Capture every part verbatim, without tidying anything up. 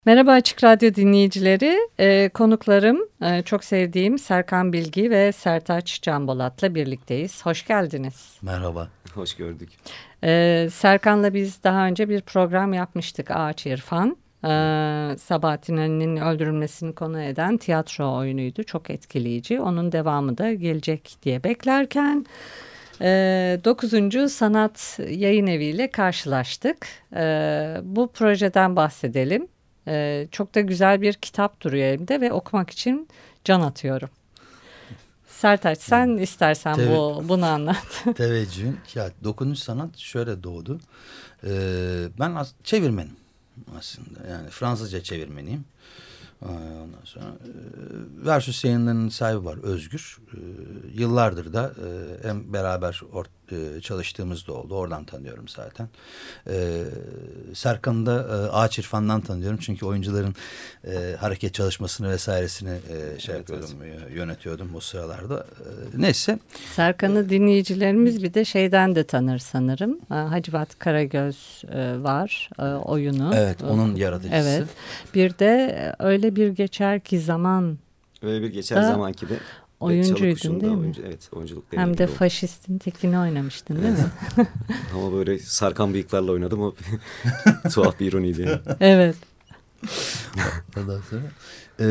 Merhaba Açık Radyo dinleyicileri, ee, konuklarım e, çok sevdiğim Serkan Bilgi ve Sertaç Canbolat'la birlikteyiz. Hoş geldiniz. Merhaba. Hoş gördük. Ee, Serkan'la biz daha önce bir program yapmıştık, Ağaç İrfan. Ee, Sabahattin Ali'nin öldürülmesini konu eden tiyatro oyunuydu, çok etkileyici. Onun devamı da gelecek diye beklerken dokuzuncu Sanat Yayın Evi ile karşılaştık. Ee, bu projeden bahsedelim. Ee, çok da güzel bir kitap duruyor elimde ve okumak için can atıyorum. Sertaç, sen hmm. istersen Teve- bu bunu anlat. Teveccühün. Ya dokuzuncu sanat şöyle doğdu. Ee, ben as- çevirmenim aslında. Yani Fransızca çevirmeniyim. Ondan sonra e, Versus Yayınları'nın sahibi var, Özgür. E, yıllardır da e, hem beraber or, e, çalıştığımız da oldu. Oradan tanıyorum zaten. E, Serkan'ı da e, Ağaç İrfan'dan tanıyorum. Çünkü oyuncuların e, hareket çalışmasını vesairesini e, şey evet, yapıyordum, evet. yönetiyordum o sıralarda. E, neyse. Serkan'ı dinleyicilerimiz bir de şeyden de tanır sanırım. Hacivat Karagöz e, var e, oyunu. Evet, onun yaratıcısı. Evet. Bir de öyle bir geçer ki zaman. Öyle bir geçer da, zaman ki de. Oyuncuydun değil mi? Oyuncu, evet, oyunculuk hem de oldu. Faşistin tekini oynamıştın değil mi? Ama böyle sarkan bıyıklarla oynadım, o tuhaf bir ironiydi. Yani. Evet. Ondan sonra e,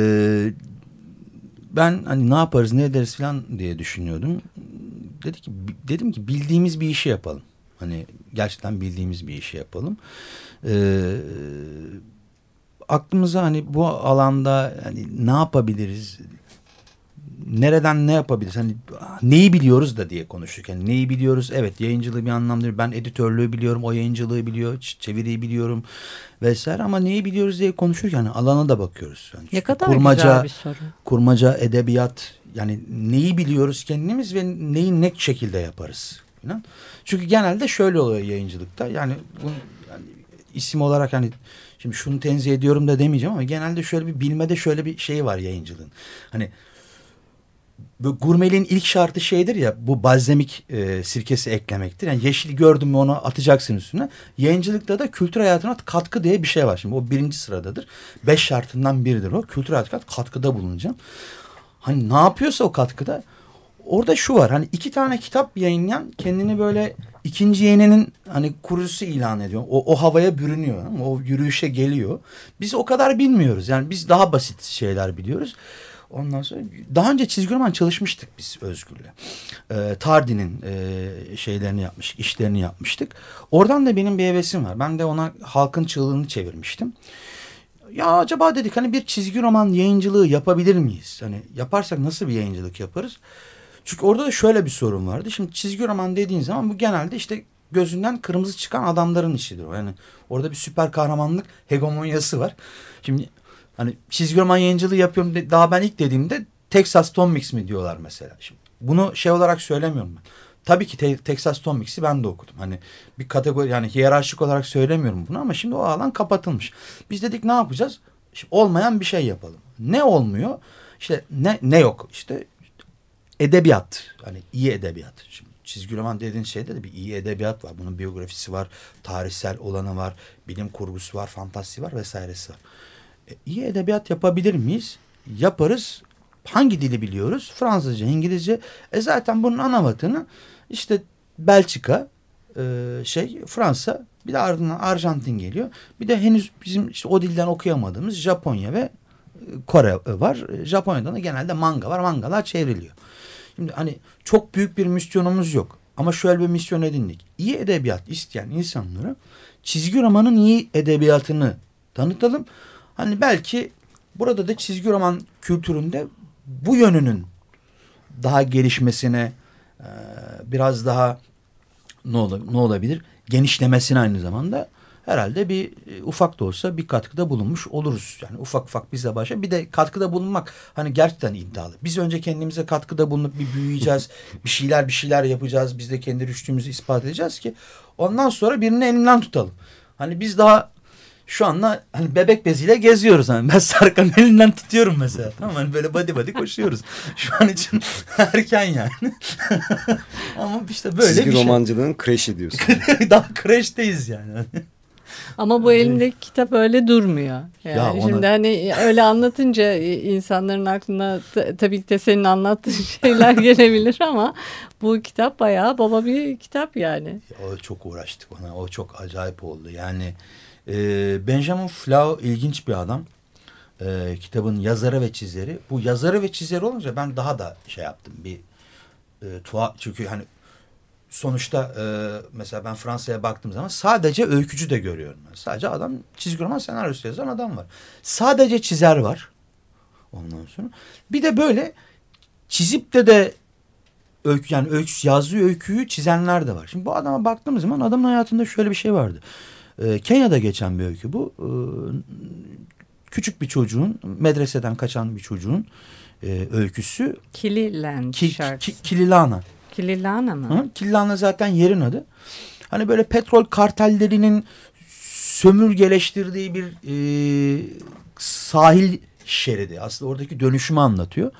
ben hani ne yaparız, ne ederiz falan diye düşünüyordum. Dedi ki, dedim ki bildiğimiz bir işi yapalım. Hani gerçekten bildiğimiz bir işi yapalım. Eee aklımıza hani bu alanda hani ne yapabiliriz, nereden ne yapabiliriz, hani neyi biliyoruz da diye konuştuk. Yani neyi biliyoruz, evet, yayıncılığı bir anlamda, ben editörlüğü biliyorum, o yayıncılığı biliyor, çeviriyi biliyorum vesaire, ama neyi biliyoruz diye konuşurken yani alana da bakıyoruz. Yani ne kadar kurmaca, güzel bir soru. Kurmaca, edebiyat, yani neyi biliyoruz kendimiz ve neyi ne şekilde yaparız falan. Çünkü genelde şöyle oluyor yayıncılıkta, yani bu yani isim olarak hani şimdi şunu tenzih ediyorum da demeyeceğim ama genelde şöyle bir bilmede şöyle bir şey var yayıncılığın. Hani bu gurmeliğin ilk şartı şeydir ya, bu balzamik e, sirkesi eklemektir. Yani yeşil gördün mü onu atacaksın üstüne. Yayıncılıkta da kültür hayatına katkı diye bir şey var. Şimdi o birinci sıradadır. Beş şartından biridir o. Kültür hayatına katkıda bulunacağım. Hani ne yapıyorsa o katkıda, orada şu var, hani iki tane kitap yayınlayan kendini böyle ikinci yayınının hani kurucusu ilan ediyor. O, o havaya bürünüyor, ama o yürüyüşe geliyor. Biz o kadar bilmiyoruz. Yani biz daha basit şeyler biliyoruz. Ondan sonra daha önce çizgi roman çalışmıştık biz Özgür'le. Ee, Tardi'nin e, şeylerini yapmıştık, işlerini yapmıştık. Oradan da benim bir hevesim var. Ben de ona Halkın Çığlığı'nı çevirmiştim. Ya acaba dedik, hani bir çizgi roman yayıncılığı yapabilir miyiz? Hani yaparsak nasıl bir yayıncılık yaparız? Çünkü orada da şöyle bir sorun vardı. Şimdi çizgi roman dediğin zaman bu genelde işte gözünden kırmızı çıkan adamların işidir. Yani orada bir süper kahramanlık hegemonyası var. Şimdi hani çizgi roman yayıncılığı yapıyorum de, daha ben ilk dediğimde Texas Tom Mix mi diyorlar mesela. Şimdi bunu şey olarak söylemiyorum ben. Tabii ki te, Texas Tom Mix'i ben de okudum. Hani bir kategori, yani hiyerarşik olarak söylemiyorum bunu, ama şimdi o alan kapatılmış. Biz dedik ne yapacağız? Şimdi olmayan bir şey yapalım. Ne olmuyor? İşte ne ne yok? İşte edebiyat. Hani iyi edebiyat. Şimdi çizgi roman dediğin şeyde de bir iyi edebiyat var. Bunun biyografisi var, tarihsel olanı var, bilim kurgusu var, fantasi var vesairesi var. E, iyi edebiyat yapabilir miyiz? Yaparız. Hangi dili biliyoruz? Fransızca, İngilizce. E zaten bunun ana vatanı işte Belçika, e, şey Fransa, bir de ardından Arjantin geliyor. Bir de henüz bizim işte o dilden okuyamadığımız Japonya ve Kore var. Japonya'dan da genelde manga var. Mangalar çevriliyor. Şimdi hani çok büyük bir misyonumuz yok. Ama şöyle bir misyon edindik. İyi edebiyat isteyen insanlara çizgi romanın iyi edebiyatını tanıtalım. Hani belki burada da çizgi roman kültüründe bu yönünün daha gelişmesine, biraz daha ne, ol, ne olabilir? Genişlemesine aynı zamanda herhalde bir ufak da olsa bir katkıda bulunmuş oluruz. Yani ufak ufak bizle başla. Bir de katkıda bulunmak hani gerçekten iddialı. Biz önce kendimize katkıda bulunup bir büyüyeceğiz. Bir şeyler bir şeyler yapacağız. Biz de kendi rüştümüzü ispat edeceğiz ki ondan sonra birini elinden tutalım. Hani biz daha şu anda hani bebek beziyle geziyoruz. Hani ben Serkan'ın elinden tutuyorum mesela. Tamam, hani böyle body body koşuyoruz. Şu an için erken yani. Ama işte böyle çizgi bir şey. romancılığın kreşi diyorsun. Daha kreşteyiz yani. Ama bu elimdeki kitap öyle durmuyor. Yani Ya ona... Şimdi hani öyle anlatınca insanların aklına t- tabii ki de senin anlattığın şeyler gelebilir ama bu kitap bayağı baba bir kitap yani. O çok uğraştık ona. O çok acayip oldu. Yani e, Benjamin Flow ilginç bir adam. E, kitabın yazarı ve çizeri. Bu yazarı ve çizeri olunca ben daha da şey yaptım. Bir e, tuhaf. Çünkü hani sonuçta e, mesela ben Fransa'ya baktığım zaman sadece öykücü de görüyorum. Yani sadece adam çizgi roman senaryosu yazan adam var. Sadece çizer var. Ondan sonra. Bir de böyle çizip de de öykü, yani öykü, yazdığı öyküyü çizenler de var. Şimdi bu adama baktığımız zaman adamın hayatında şöyle bir şey vardı. E, Kenya'da geçen bir öykü bu. E, küçük bir çocuğun, medreseden kaçan bir çocuğun e, öyküsü. Kililand ki, şarkısı. Ki, Kililana. Kililana mı? Hı? Kililana zaten yerin adı. Hani böyle petrol kartellerinin sömürgeleştirdiği bir e, sahil şeridi. Aslında oradaki dönüşümü anlatıyor.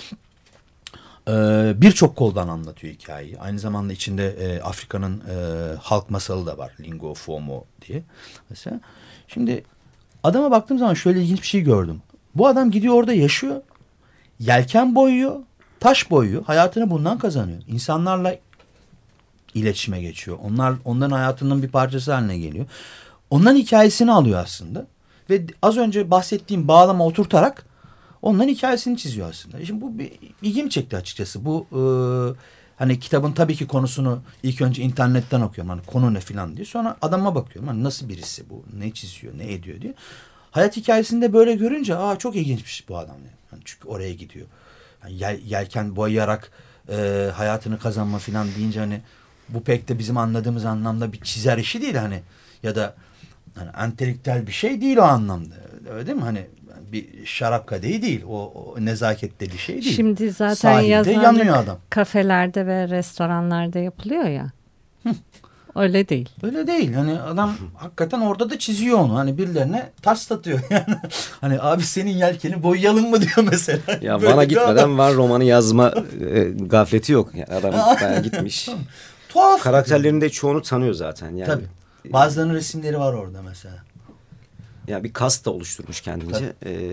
Ee, Birçok koldan anlatıyor hikayeyi. Aynı zamanda içinde e, Afrika'nın e, halk masalı da var. Lingo Fomo diye. Mesela. Şimdi adama baktığım zaman şöyle ilginç bir şey gördüm. Bu adam gidiyor orada yaşıyor. Yelken boyuyor. Taş boyuyor. Hayatını bundan kazanıyor. İnsanlarla iletişime geçiyor. Onlar onların hayatının bir parçası haline geliyor. Onların hikayesini alıyor aslında. Ve az önce bahsettiğim bağlama oturtarak onların hikayesini çiziyor aslında. Şimdi bu bir ilgimi çekti açıkçası. Bu e, hani kitabın tabii ki konusunu ilk önce internetten okuyorum. Hani konu ne falan diye. Sonra adama bakıyorum. Hani nasıl birisi bu? Ne çiziyor? Ne ediyor diye. Hayat hikayesinde böyle görünce aa çok ilginçmiş bu adam. Yani çünkü oraya gidiyor. Yani yel, yelken boyayarak e, hayatını kazanma falan deyince hani bu pek de bizim anladığımız anlamda bir çizer işi değil hani. Ya da hani entelektüel bir şey değil o anlamda. Öyle değil mi? Hani bir şarap kadehi değil. O, o nezaketli bir şey değil. Şimdi zaten Sahilde yazarlık adam. kafelerde ve restoranlarda yapılıyor ya. Öyle değil. Öyle değil. Hani adam hakikaten orada da çiziyor onu. Hani birilerine tarslatıyor. Yani hani abi senin yelkeni boyayalım mı diyor mesela. Ya Böyle Van'a gitmeden adam. var romanı yazma e, gafleti yok. Yani adam bayağı gitmiş. Tuhaf. Karakterlerin de çoğunu tanıyor zaten. Yani, tabii. Bazılarının resimleri var orada mesela. Ya bir kast da oluşturmuş kendince. Ee,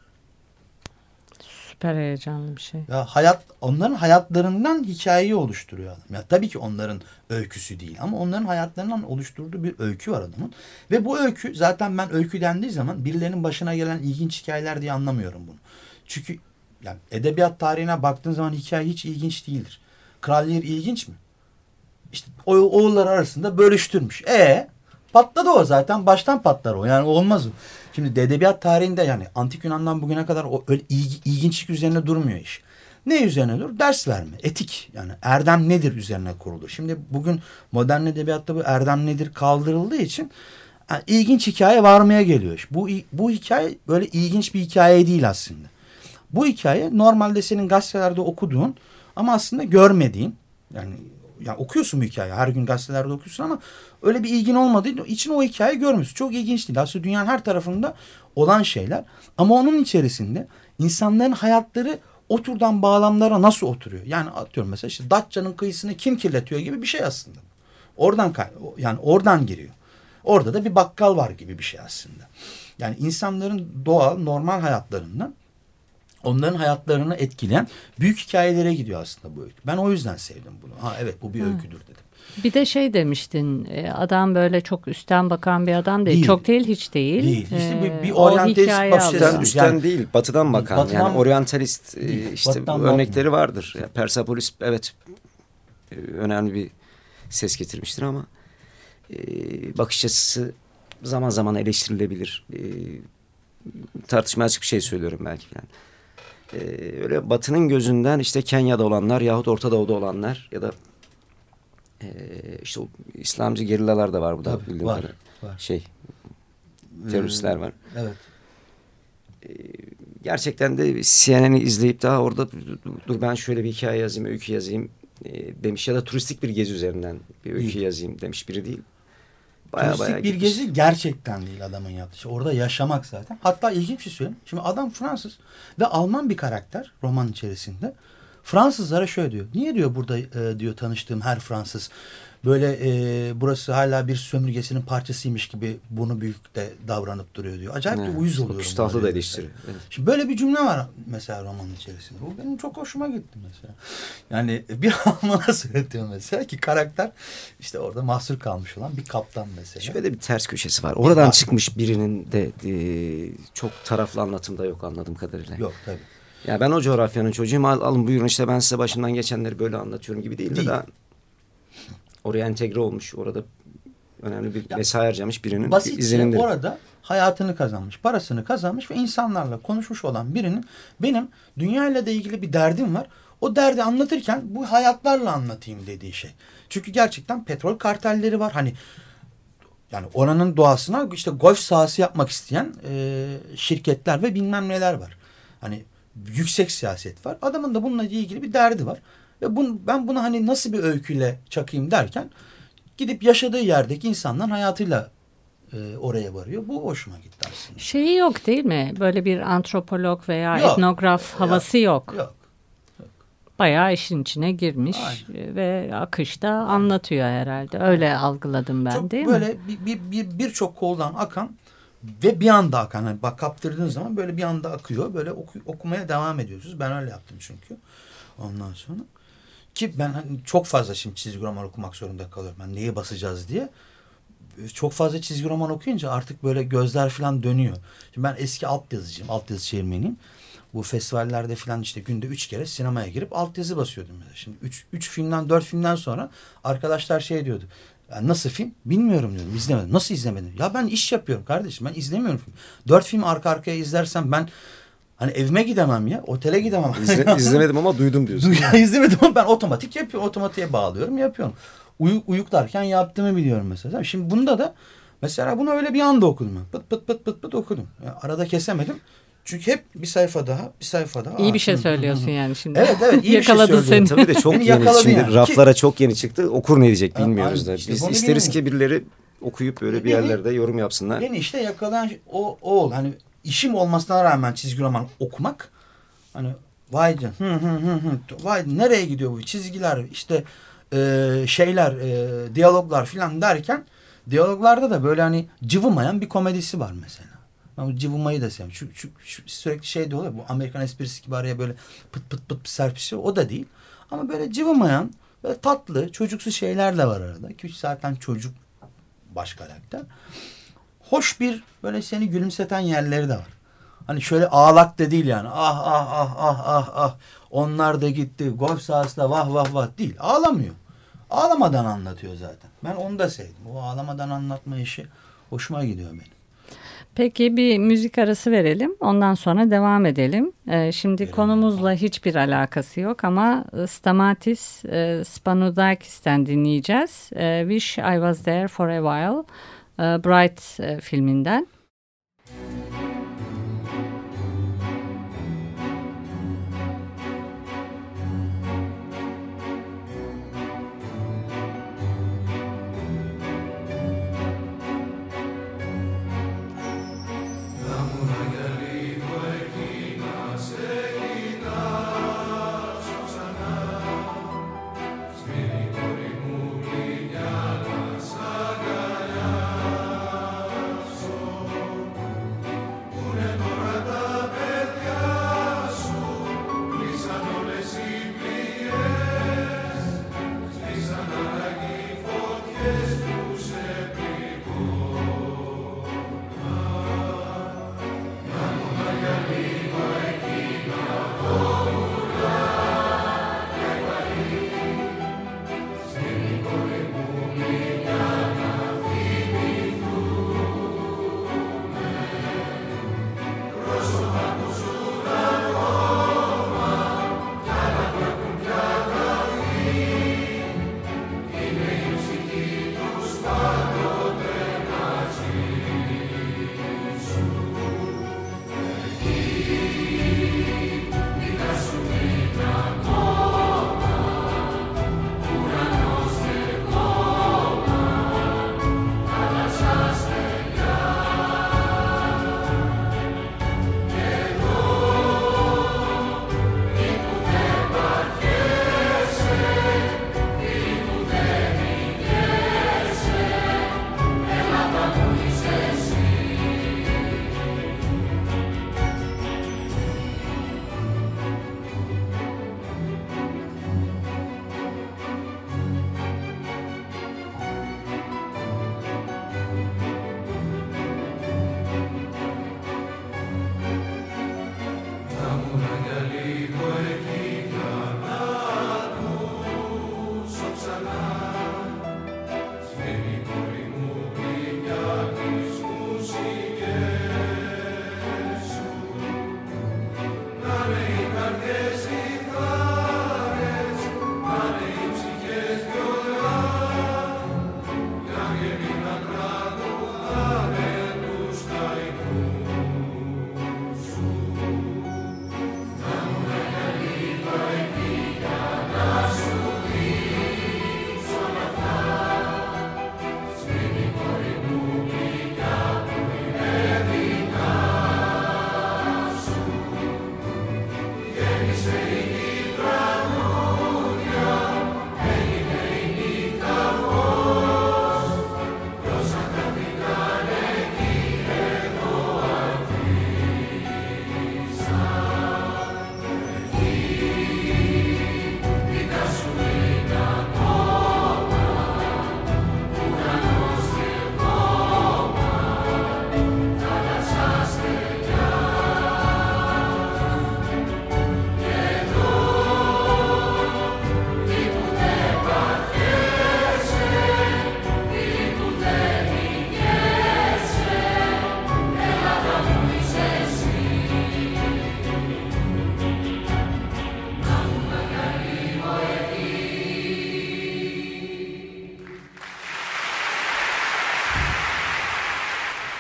Süper heyecanlı bir şey. Ya hayat, onların hayatlarından hikayeyi oluşturuyor adam. Ya tabii ki onların öyküsü değil ama onların hayatlarından oluşturduğu bir öykü var adamın. Ve bu öykü zaten ben öykü dendiği zaman birilerinin başına gelen ilginç hikayeler diye anlamıyorum bunu. Çünkü yani edebiyat tarihine baktığın zaman hikaye hiç ilginç değildir. Kral Lear ilginç mi? İşte o, oğullar arasında bölüştürmüş. E patladı o zaten. Baştan patlar o. Yani olmaz o. Şimdi edebiyat tarihinde yani antik Yunan'dan bugüne kadar o öyle ilgi, ilginçlik üzerine durmuyor iş. Ne üzerine dur? Ders verme. Etik. Yani erdem nedir üzerine kurulu. Şimdi bugün modern edebiyatta bu erdem nedir kaldırıldığı için yani ilginç hikaye varmaya geliyor. Bu, bu hikaye böyle ilginç bir hikaye değil aslında. Bu hikaye normalde senin gazetelerde okuduğun ama aslında görmediğin yani yani okuyorsun bu hikayeyi. Her gün gazetelerde okuyorsun ama öyle bir ilgin olmadığı için o hikayeyi görmüyorsun. Çok ilginç değil. Aslında dünyanın her tarafında olan şeyler. Ama onun içerisinde insanların hayatları o türden bağlamlara nasıl oturuyor? Yani atıyorum mesela işte Datça'nın kıyısını kim kirletiyor gibi bir şey aslında. Oradan yani oradan giriyor. Orada da bir bakkal var gibi bir şey aslında. Yani insanların doğal, normal hayatlarından onların hayatlarını etkileyen büyük hikayelere gidiyor aslında bu öykü. Ben o yüzden sevdim bunu. Ha evet bu bir öyküdür dedim. Bir de şey demiştin, adam böyle çok üstten bakan bir adam değil. değil. Çok değil, hiç değil. Değil. İşte ee, bir, bir oryantalist bakış üstten, üstten yani, değil, batıdan bakan. Batıdan, yani oryantalist değil, işte örnekleri vardır. Yani Persepolis evet önemli bir ses getirmiştir ama e, bakış açısı zaman zaman eleştirilebilir. E, tartışmaya açık bir şey söylüyorum belki falan. Ee, öyle batının gözünden işte Kenya'da olanlar yahut Orta Doğu'da olanlar ya da e, işte o İslamcı gerillalar da var bu da Tabii, bildiğim var, kadar. var. Şey teröristler var. Evet. Ee, gerçekten de C N N'i izleyip daha orada dur ben şöyle bir hikaye yazayım, öykü yazayım e, demiş ya da turistik bir gezi üzerinden bir öykü değil. yazayım demiş biri değil. Bayağı, turistik bayağı bir gitmiş. Gezi gerçekten değil adamın yaptığı. Orada yaşamak zaten. Hatta ilginç bir şey söyleyeyim. Şimdi adam Fransız ve Alman bir karakter roman içerisinde. Fransızlara şöyle diyor. Niye diyor burada e, diyor tanıştığım her Fransız böyle e, burası hala bir sömürgesinin parçasıymış gibi burnu büyük de davranıp duruyor diyor. Acayip evet, bir uyuz oluyorum. Çok iştahlı da eleştiri. Evet. Şimdi böyle bir cümle var mesela romanın içerisinde. Bu benim çok hoşuma gitti mesela. Yani bir Alman'a söyletiyor mesela ki karakter işte orada mahsur kalmış olan bir kaptan mesela. Şöyle bir ters köşesi var. Oradan var. Çıkmış birinin de e, çok taraflı anlatımda yok anladığım kadarıyla. Yok tabii. Ya ben o coğrafyanın çocuğuyum, al, alın buyurun işte ben size başımdan geçenleri böyle anlatıyorum gibi değil, değil. de daha oraya entegre olmuş, orada önemli bir ya, mesai harcamış birinin izlenimleri. Basitçe orada hayatını kazanmış, parasını kazanmış ve insanlarla konuşmuş olan birinin benim dünyayla da ilgili bir derdim var. O derdi anlatırken bu hayatlarla anlatayım dediği şey. Çünkü gerçekten petrol kartelleri var. Hani yani oranın doğasına işte golf sahası yapmak isteyen e, şirketler ve bilmem neler var. Hani yüksek siyaset var. Adamın da bununla ilgili bir derdi var. Ve bun, ben bunu hani nasıl bir öyküyle çakayım derken gidip yaşadığı yerdeki insanların hayatıyla e, oraya varıyor. Bu hoşuma gitti aslında. Şeyi yok değil mi? Böyle bir antropolog veya yok, etnograf havası yok. Yok. yok. Bayağı işin içine girmiş. Aynen. Ve akışta Aynen. anlatıyor herhalde. Öyle Aynen. algıladım ben çok değil böyle mi? Böyle bir, bir, birçok koldan akan ve bir anda akan. Yani bak kaptırdığın zaman böyle bir anda akıyor. Böyle oku, okumaya devam ediyorsunuz. Ben öyle yaptım çünkü. Ondan sonra. Ki ben hani çok fazla şimdi çizgi roman okumak zorunda kalıyorum. Ben neye basacağız diye. Çok fazla çizgi roman okuyunca artık böyle gözler falan dönüyor. Şimdi ben eski altyazıcıyım. Altyazı çevirmeniyim. Bu festivallerde falan işte günde üç kere sinemaya girip altyazı basıyordum. Mesela. Şimdi üç, üç filmden dört filmden sonra arkadaşlar şey diyordu. Ya nasıl film? Bilmiyorum diyorum. İzlemedim. Nasıl izlemedim? Ya ben iş yapıyorum kardeşim. Ben izlemiyorum film. Dört film arka arkaya izlersem ben hani evime gidemem ya. Otele gidemem. İzle, izlemedim ama duydum diyorsun. İzlemedim ama ben otomatik yapıyorum. Otomatiğe bağlıyorum. Yapıyorum. Uy, uyuklarken yaptığımı biliyorum mesela. Şimdi bunda da mesela bunu öyle bir anda okudum ben. Pıt pıt pıt pıt pıt okudum. Yani arada kesemedim. Çünkü hep bir sayfa daha, bir sayfa daha. İyi bir şey söylüyorsun yani şimdi. Evet evet iyi bir şey söylüyorum. Seni. Tabii de çok yeni. Şimdi yani. Raflara çok yeni çıktı. Okur ne diyecek bilmiyoruz da. İşte Biz isteriz bilmiyorum. Ki birileri okuyup böyle bir yerlerde yorum yapsınlar. Beni işte yakalayan o, o ol. Hani işim olmasına rağmen çizgi roman okumak. Hani vay can, hı hı hı hı. Vay nereye gidiyor bu çizgiler işte e, şeyler, e, diyaloglar filan derken diyaloglarda da böyle hani cıvımayan bir komedisi var mesela. Ben cıvımayı da seviyorum. Şu, şu, şu, sürekli şey de oluyor. Bu Amerikan esprisi gibi araya böyle pıt pıt pıt serpişiyor. O da değil. Ama böyle cıvımayan, böyle tatlı, çocuksu şeyler de var arada. Ki zaten çocuk baş karakter. Hoş bir böyle seni gülümseten yerleri de var. Hani şöyle ağlak da değil yani. Ah ah ah ah ah ah. Onlar da gitti. Golf sahasında vah vah vah değil. Ağlamıyor. Ağlamadan anlatıyor zaten. Ben onu da sevdim. O ağlamadan anlatma işi hoşuma gidiyor benim. Peki bir müzik arası verelim. Ondan sonra devam edelim. Ee, şimdi Verelim. konumuzla hiçbir alakası yok ama Stamatis e, Spanoudakis'ten dinleyeceğiz. E, Wish I Was There For A While. E, Bright e, filminden.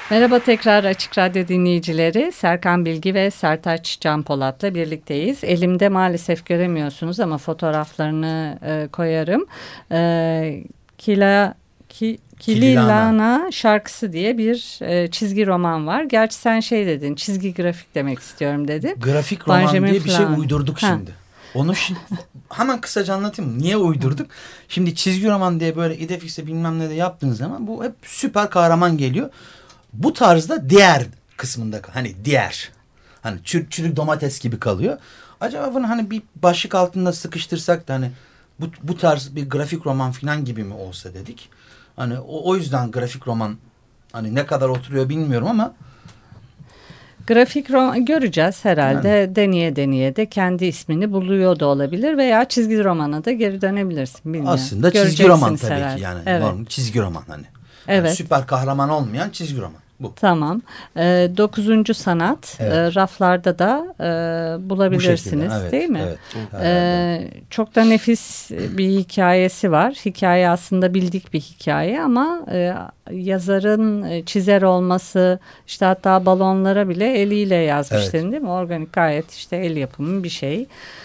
Merhaba tekrar Açık Radyo dinleyicileri. Serkan Bilgi ve Sertaç Can Polat'la birlikteyiz. Elimde maalesef göremiyorsunuz ama fotoğraflarını e, koyarım. E, Kila... Ki, Kililana şarkısı diye bir e, çizgi roman var. Gerçi sen şey dedin, çizgi grafik demek istiyorum dedin. Grafik roman Benjamin diye bir Flan. şey uydurduk ha. şimdi. Onu şimdi hemen kısaca anlatayım. Niye uydurduk? Şimdi çizgi roman diye böyle İdefix'e bilmem ne de yaptığınız zaman bu hep süper kahraman geliyor. Bu tarzda diğer kısmında hani diğer hani çür, çürük domates gibi kalıyor. Acaba bunu hani bir başlık altında sıkıştırsak da hani bu, bu tarz bir grafik roman falan gibi mi olsa dedik. Hani o, o yüzden grafik roman hani ne kadar oturuyor bilmiyorum ama grafik roman göreceğiz herhalde. Yani. Deneye deneye de kendi ismini buluyor da olabilir veya çizgi romana da geri dönebilirsin. Bilmiyorum. Aslında çizgi roman tabii herhalde. ki yani. Evet. Normal, çizgi roman hani. Evet. Yani süper kahraman olmayan çizgi roman. Bu. Tamam. Ee, dokuzuncu sanat evet. e, raflarda da e, bulabilirsiniz şekilde, evet, değil mi? Evet. Ee, çok da nefis bir hikayesi var. Hikaye aslında bildik bir hikaye ama e, yazarın e, çizer olması işte hatta balonlara bile eliyle yazmış evet. değil mi? Organik gayet işte el yapımı bir şey.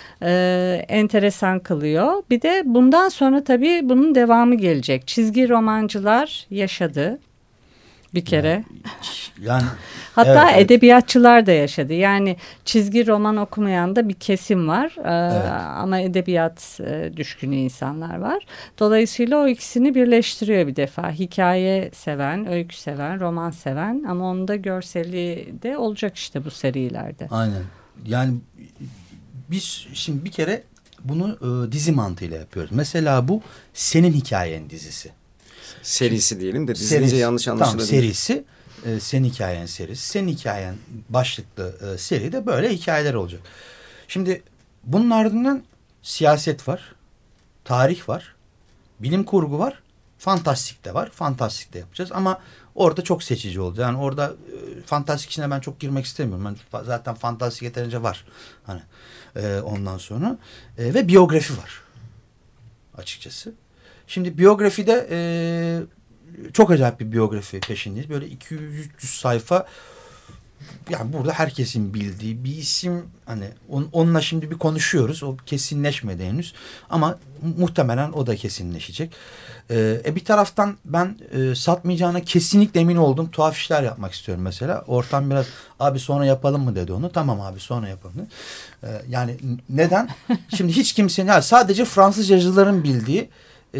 Ee, enteresan kılıyor. Bir de bundan sonra tabii bunun devamı gelecek. Çizgi romancılar yaşadı. Bir kere. Yani, yani hatta evet, edebiyatçılar da yaşadı. Yani çizgi roman okumayan da bir kesim var. Ee, evet. Ama edebiyat e, düşkünü insanlar var. Dolayısıyla o ikisini birleştiriyor bir defa. Hikaye seven, öykü seven, roman seven ama onun da görseli de olacak işte bu serilerde. Aynen. Yani biz şimdi bir kere bunu e, dizi mantığıyla yapıyoruz. Mesela bu Senin Hikayen dizisi. Serisi diyelim de dizilince yanlış anlaşılabilir. Tamam serisi. E, Senin Hikayen serisi. Senin Hikayen başlıklı e, seride böyle hikayeler olacak. Şimdi bunun ardından siyaset var. Tarih var. Bilim kurgu var. Fantastik de var. Fantastik de yapacağız ama orada çok seçici oldu. Yani orada e, fantastik içine ben çok girmek istemiyorum. Ben, zaten fantastik yeterince var. Hani e, ondan sonra. E, ve biyografi var. Açıkçası. Şimdi biyografide e, çok acayip bir biyografi peşindeyiz. Böyle iki yüz üç yüz sayfa yani burada herkesin bildiği bir isim hani on, onunla şimdi bir konuşuyoruz. O kesinleşmedi henüz ama muhtemelen o da kesinleşecek. E, e bir taraftan ben e, satmayacağına kesinlikle emin oldum. Tuhaf işler yapmak istiyorum mesela. Ortam biraz abi sonra yapalım mı dedi onu. Tamam abi sonra yapalım. E, yani neden? Şimdi hiç kimsenin yani sadece Fransız yazıcıların bildiği Ee,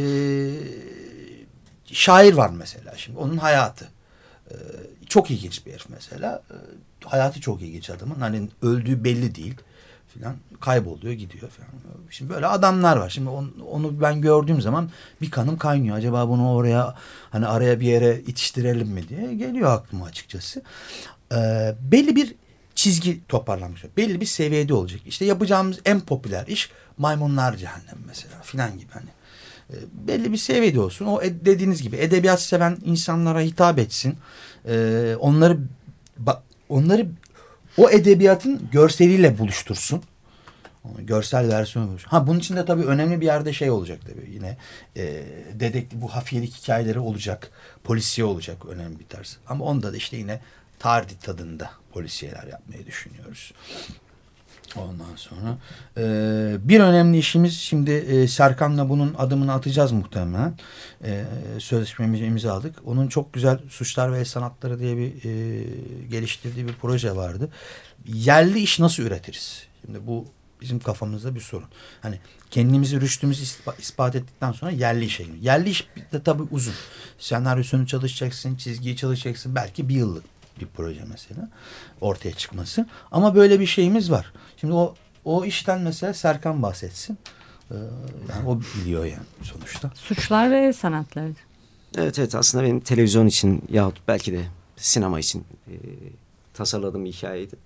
şair var mesela şimdi onun hayatı ee, çok ilginç bir herif mesela ee, hayatı çok ilginç adamın hani öldüğü belli değil filan kayboluyor gidiyor filan. Şimdi böyle adamlar var şimdi on, onu ben gördüğüm zaman bir kanım kaynıyor acaba bunu oraya hani araya bir yere itiştirelim mi diye geliyor aklıma açıkçası. Ee, belli bir çizgi toparlanmış belli bir seviyede olacak işte yapacağımız en popüler iş Maymunlar Cehennem mesela filan gibi hani belli bir seviyede olsun. O dediğiniz gibi edebiyat seven insanlara hitap etsin. Ee, onları onları o edebiyatın görseliyle buluştursun. Görsel versiyonu buluştursun. Ha bunun için de tabii önemli bir yerde şey olacak tabii. Yine e, dedektif bu hafiyelik hikayeleri olacak. Polisiye olacak önemli bir tarz. Ama onda da işte yine tarih tadında polisiyeler yapmayı düşünüyoruz. Ondan sonra e, bir önemli işimiz şimdi e, Serkan'la bunun adımını atacağız muhtemelen. E, sözleşmemizi imzaladık. Onun çok güzel Suçlar ve El Sanatları diye bir e, geliştirdiği bir proje vardı. Yerli iş nasıl üretiriz? Şimdi bu bizim kafamızda bir sorun. Hani kendimizi rüştümüzü ispat, ispat ettikten sonra yerli işe giriyor. Yerli iş de tabii uzun. Senaryosunu çalışacaksın, çizgiyi çalışacaksın. Belki bir yıllık bir proje mesela ortaya çıkması. Ama böyle bir şeyimiz var. Şimdi o o işten mesela Serkan bahsetsin. Ee, yani o biliyor yani sonuçta. Suçlar ve sanatlar. Evet evet aslında benim televizyon için yahut belki de sinema için e, tasarladığım bir hikayeydi.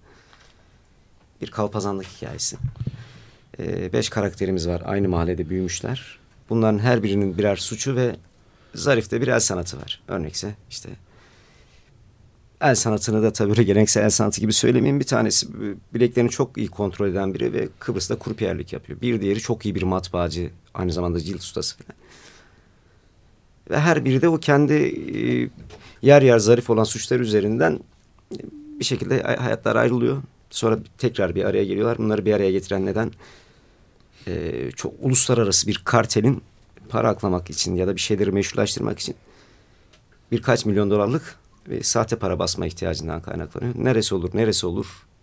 Bir kalpazanlık hikayesi. E, beş karakterimiz var. Aynı mahallede büyümüşler. Bunların her birinin birer suçu ve zarif de bir el sanatı var. Örnekse işte el sanatını da tabii geleneksel el sanatı gibi söylemeyeyim. Bir tanesi bileklerini çok iyi kontrol eden biri ve Kıbrıs'ta kurpiyerlik yapıyor. Bir diğeri çok iyi bir matbaacı, aynı zamanda cilt ustası falan. Ve her biri de o kendi e, yer yer zarif olan suçlar üzerinden bir şekilde hayatlar ayrılıyor. Sonra tekrar bir araya geliyorlar. Bunları bir araya getiren neden? E, çok uluslararası bir kartelin para aklamak için ya da bir şeyleri meşrulaştırmak için birkaç milyon dolarlık ve sahte para basma ihtiyacından kaynaklanıyor. Neresi olur, neresi olur?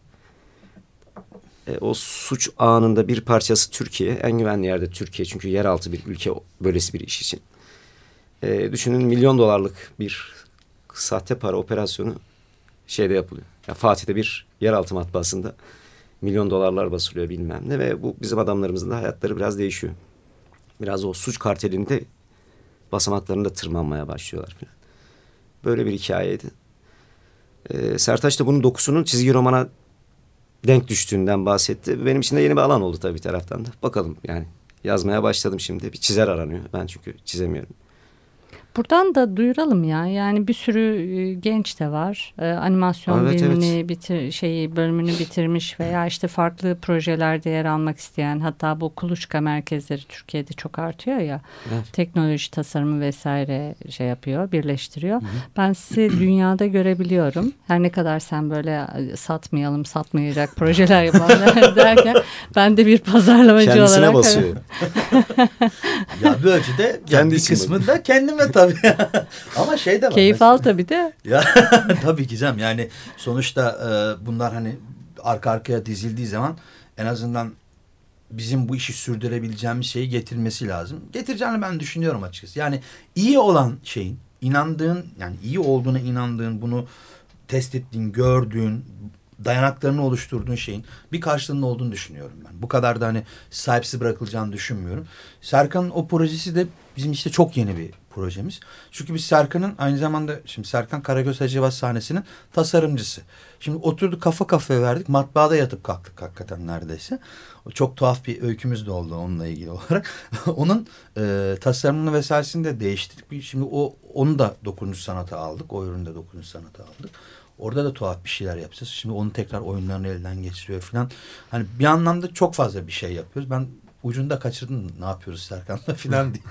E, o suç ağının bir parçası Türkiye. En güvenli yerde Türkiye. Çünkü yeraltı bir ülke böylesi bir iş için. E, düşünün milyon dolarlık bir sahte para operasyonu şeyde yapılıyor. Ya Fatih'te bir yeraltı matbaasında milyon dolarlar basılıyor bilmem ne ve bu bizim adamlarımızın da hayatları biraz değişiyor. Biraz o suç kartelinde basamaklarında tırmanmaya başlıyorlar falan. Böyle bir hikayeydi. Ee, Sertaç da bunun dokusunun çizgi romana denk düştüğünden bahsetti. Benim için de yeni bir alan oldu tabii bir taraftan da. Bakalım yani yazmaya başladım şimdi. Bir çizer aranıyor. Ben çünkü çizemiyorum. Buradan da duyuralım ya. Yani bir sürü genç de var. Ee, animasyon evet, bilimini evet. bitir şeyi bölümünü bitirmiş veya işte farklı projelerde yer almak isteyen, hatta bu kuluçka merkezleri Türkiye'de çok artıyor ya. Evet. Teknoloji tasarımı vesaire şey yapıyor, birleştiriyor. Hı hı. Ben sizi dünyada görebiliyorum. Her ne kadar sen böyle satmayalım, satmayacak projeler yapalım derken ben de bir pazarlamacı kendisine olarak basıyor. Ya bir ölçüde ya bir kısmı da kendime tabii. Ama şey de var. Keyif mesela, al tabii de. Ya tabii ki canım. Yani sonuçta e, bunlar hani arka arkaya dizildiği zaman en azından bizim bu işi sürdürebileceğimiz şeyi getirmesi lazım. Getireceğini ben düşünüyorum açıkçası. Yani iyi olan şeyin, inandığın, yani iyi olduğuna inandığın, bunu test ettiğin, gördüğün, dayanaklarını oluşturduğun şeyin bir karşılığının olduğunu düşünüyorum ben. Bu kadar da hani sahipsiz bırakılacağını düşünmüyorum. Serkan'ın o projesi de bizim işte çok yeni bir projemiz. Çünkü biz Serkan'ın aynı zamanda, şimdi Serkan Karagöz Hacivat sahnesinin tasarımcısı. Şimdi oturduk kafa kafaya verdik. Matbaada yatıp kalktık hakikaten neredeyse. O çok tuhaf bir öykümüz de oldu onunla ilgili olarak. Onun e, tasarımını vesairesini de değiştirdik. Şimdi o onu da dokunmuş sanata aldık. O ürünü de dokunmuş sanata aldık. Orada da tuhaf bir şeyler yapacağız. Şimdi onu tekrar oyunlarını elden geçiriyor falan. Hani bir anlamda çok fazla bir şey yapıyoruz. Ben ucunda kaçırdım, ne yapıyoruz Serkan'la falan diye.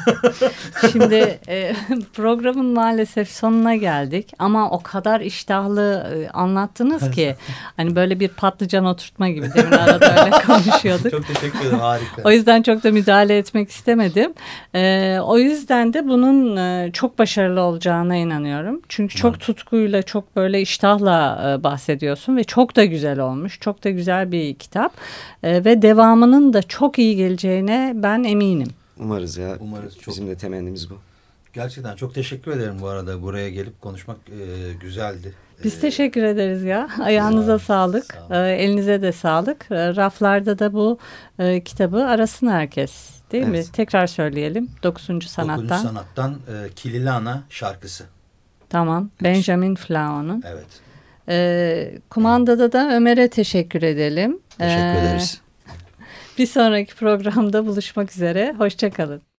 Şimdi e, programın maalesef sonuna geldik ama o kadar iştahlı e, anlattınız ki hani böyle bir patlıcan oturtma gibi, demin arada öyle konuşuyorduk. Çok teşekkür ederim, harika. O yüzden çok da müdahale etmek istemedim. E, o yüzden de bunun e, çok başarılı olacağına inanıyorum. Çünkü çok tutkuyla, çok böyle iştahla e, bahsediyorsun ve çok da güzel olmuş. Çok da güzel bir kitap e, ve devamının da çok iyi geleceğine ben eminim. Umarız ya. Umarız. Çok... Bizim de temennimiz bu. Gerçekten çok teşekkür ederim bu arada. Buraya gelip konuşmak e, güzeldi. Biz teşekkür ederiz ya. Ayağınıza ya, sağlık. Sağ e, elinize de sağlık. E, raflarda da bu e, kitabı arasın herkes. Değil evet. mi? Tekrar söyleyelim. Dokuzuncu sanattan. Dokuzuncu sanattan e, Kilili Ana şarkısı. Tamam. Benjamin Flaon'un. Evet. E, kumandada da Ömer'e teşekkür edelim. Teşekkür e, ederiz. Bir sonraki programda buluşmak üzere. Hoşça kalın.